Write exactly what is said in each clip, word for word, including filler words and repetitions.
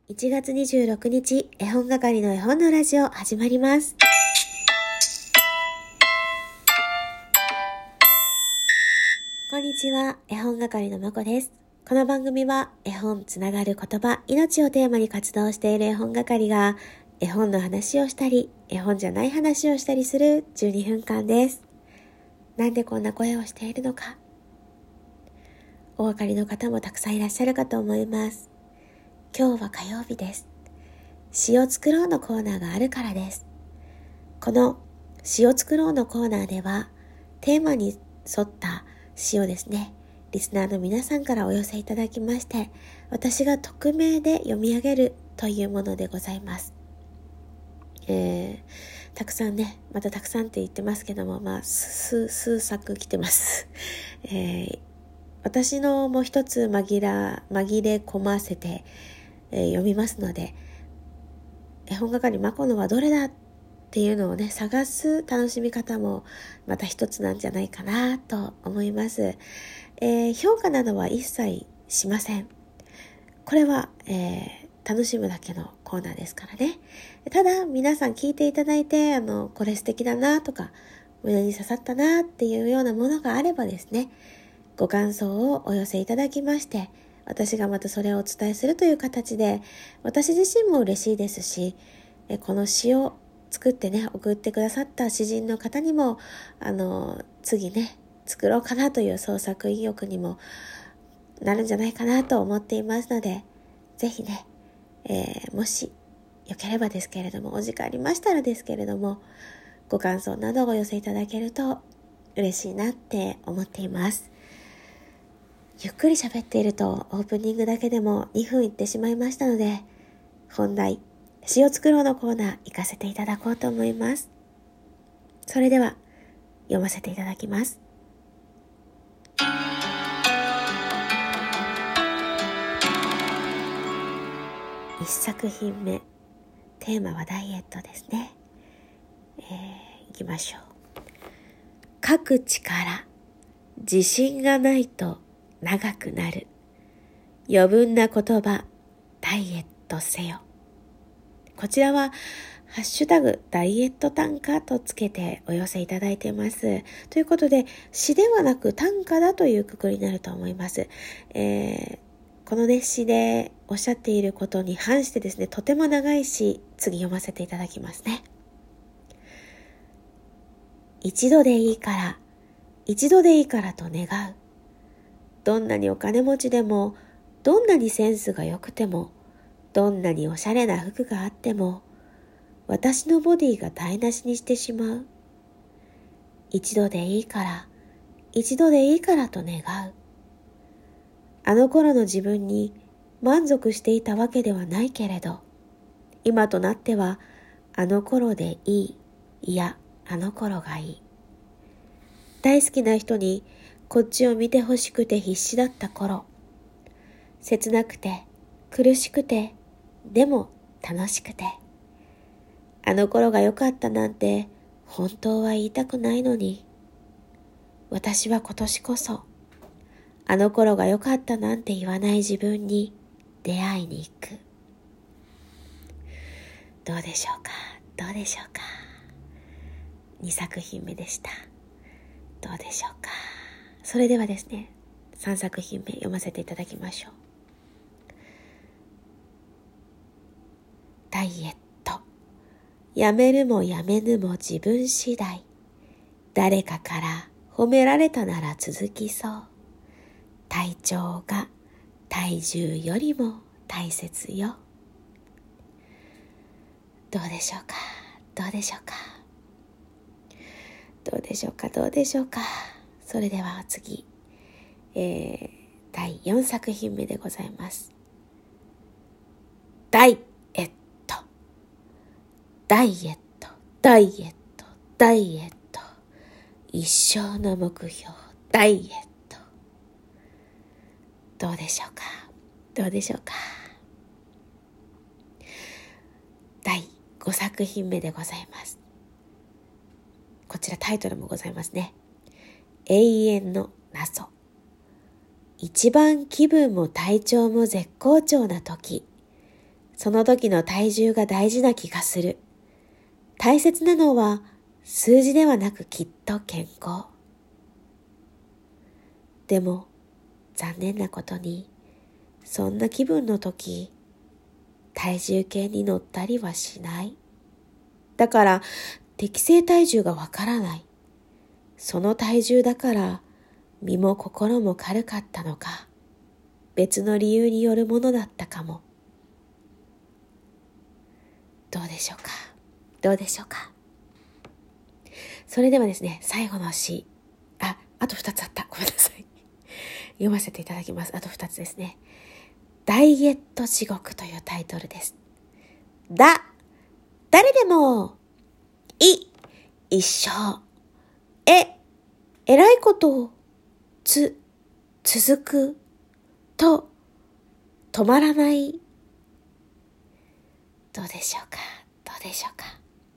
いちがつにじゅうろくにち、絵本係の絵本のラジオ始まります。こんにちは、絵本係のまこです。この番組は絵本つながる言葉、命をテーマに活動している絵本係が絵本の話をしたり、絵本じゃない話をしたりするじゅうにふんかんです。なんでこんな声をしているのか、お分かりの方もたくさんいらっしゃるかと思います。今日は火曜日です。詩を作ろうのコーナーがあるからです。この詩を作ろうのコーナーではテーマに沿った詩をですね、リスナーの皆さんからお寄せいただきまして、私が匿名で読み上げるというものでございます。えー、たくさんね、またたくさんって言ってますけども、まあ数数作来てます。えー、私のもう一つ紛ら紛れ込ませて、えー、読みますので、絵本係まこのはどれだっていうのをね、探す楽しみ方もまた一つなんじゃないかなと思います。えー、評価などは一切しません。これは、えー、楽しむだけのコーナーですからね。ただ皆さん聞いていただいて、あのこれ素敵だなとか胸に刺さったなっていうようなものがあればですね、ご感想をお寄せいただきまして、私がまたそれをお伝えするという形で、私自身も嬉しいですし、この詩を作ってね、送ってくださった詩人の方にも、あの、次ね、作ろうかなという創作意欲にもなるんじゃないかなと思っていますので、ぜひね、えー、もしよければですけれども、お時間ありましたらですけれども、ご感想などをお寄せいただけると嬉しいなって思っています。ゆっくり喋っているとオープニングだけでもにふんいってしまいましたので、本題、詩を作ろうのコーナー行かせていただこうと思います。それでは読ませていただきます。一作品目、テーマはダイエットですね。えー、いきましょう。書く力、自信がないと長くなる。余分な言葉、ダイエットせよ。こちらはハッシュタグダイエット短歌とつけてお寄せいただいています。ということで、詩ではなく短歌だというくくりになると思います。えー、このね、詩でおっしゃっていることに反してですね、とても長い詩、次読ませていただきますね。一度でいいから、一度でいいからと願う。どんなにお金持ちでも、どんなにセンスが良くても、どんなにおしゃれな服があっても、私のボディが台無しにしてしまう。一度でいいから、一度でいいからと願う。あの頃の自分に満足していたわけではないけれど、今となってはあの頃でいい、いや、あの頃がいい。大好きな人にこっちを見てほしくて必死だった頃、切なくて苦しくてでも楽しくて、あの頃が良かったなんて本当は言いたくないのに、私は今年こそあの頃が良かったなんて言わない自分に出会いに行く。どうでしょうか、どうでしょうか。にさくひんめでした。どうでしょうか。それではですね、さんさくひんめ読ませていただきましょう。ダイエット、やめるもやめぬも自分次第。誰かから褒められたなら続きそう。体調が体重よりも大切よ。どうでしょうか、どうでしょうか、どうでしょうか、どうでしょうか。それでは次、えー、だいよんさくひんめでございます。ダイエット、ダイエット、ダイエット、ダイエット。一生の目標、ダイエット。どうでしょうか、どうでしょうか。だいごさくひんめでございます。こちらタイトルもございますね。永遠の謎。一番気分も体調も絶好調な時、 その時の体重が大事な気がする。大切なのは数字ではなくきっと健康。でも残念なことに、そんな気分の時、体重計に乗ったりはしない。だから適正体重がわからない。その体重だから身も心も軽かったのか、別の理由によるものだったかも。どうでしょうかどうでしょうか。それではですね、最後の詩。あ、あと二つあった。ごめんなさい。読ませていただきます。あと二つですね。ダイエット地獄というタイトルです。だ、誰でも、い、一生、え、えらいことつ、続く、と、止まらない。どうでしょうかどうでしょうか。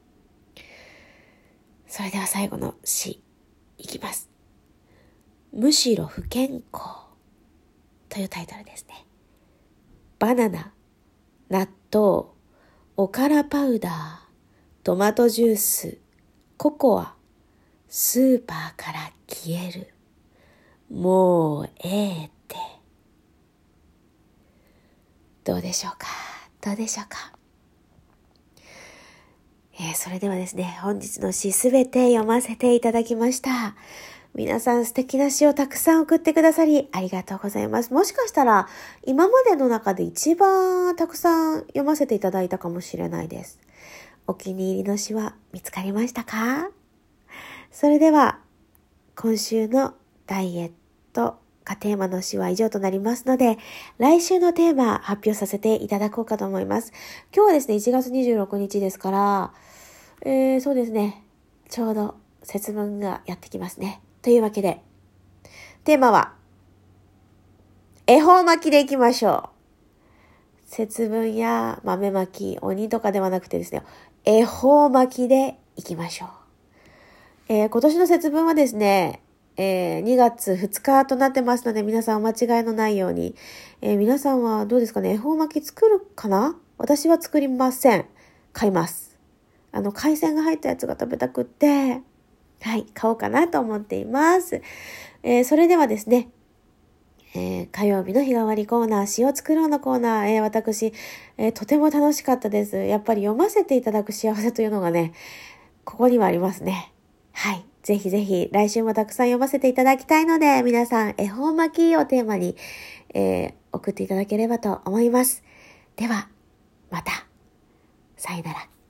それでは最後の詩、いきます。むしろ不健康というタイトルですね。バナナ、納豆、おからパウダー、トマトジュース、ココア、スーパーから消える。もうええって。どうでしょうかどうでしょうか。えー、それではですね、本日の詩すべて読ませていただきました。皆さん素敵な詩をたくさん送ってくださりありがとうございます。もしかしたら今までの中で一番たくさん読ませていただいたかもしれないです。お気に入りの詩は見つかりましたか？それでは今週のダイエットがテーマの詩は以上となりますので、来週のテーマ発表させていただこうかと思います。今日はですね、いちがつにじゅうろくにちですから、えー、そうですね、ちょうど節分がやってきますね。というわけで、テーマは、恵方巻きでいきましょう。節分や豆巻き、鬼とかではなくてですね、恵方巻きでいきましょう。えー、今年の節分はですね、えー、にがつふつかとなってますので、皆さんお間違いのないように、えー、皆さんはどうですかね、恵方巻き作るかな？私は作りません。買います。あの、海鮮が入ったやつが食べたくって、はい、買おうかなと思っています。えー、それではですね、えー、火曜日の日替わりコーナー、詩を作ろうのコーナー、えー、私、えー、とても楽しかったです。やっぱり読ませていただく幸せというのがね、ここにはありますね。はい。ぜひぜひ来週もたくさん読ませていただきたいので、皆さん恵方巻きをテーマに、えー、送っていただければと思います。では、また。さよなら。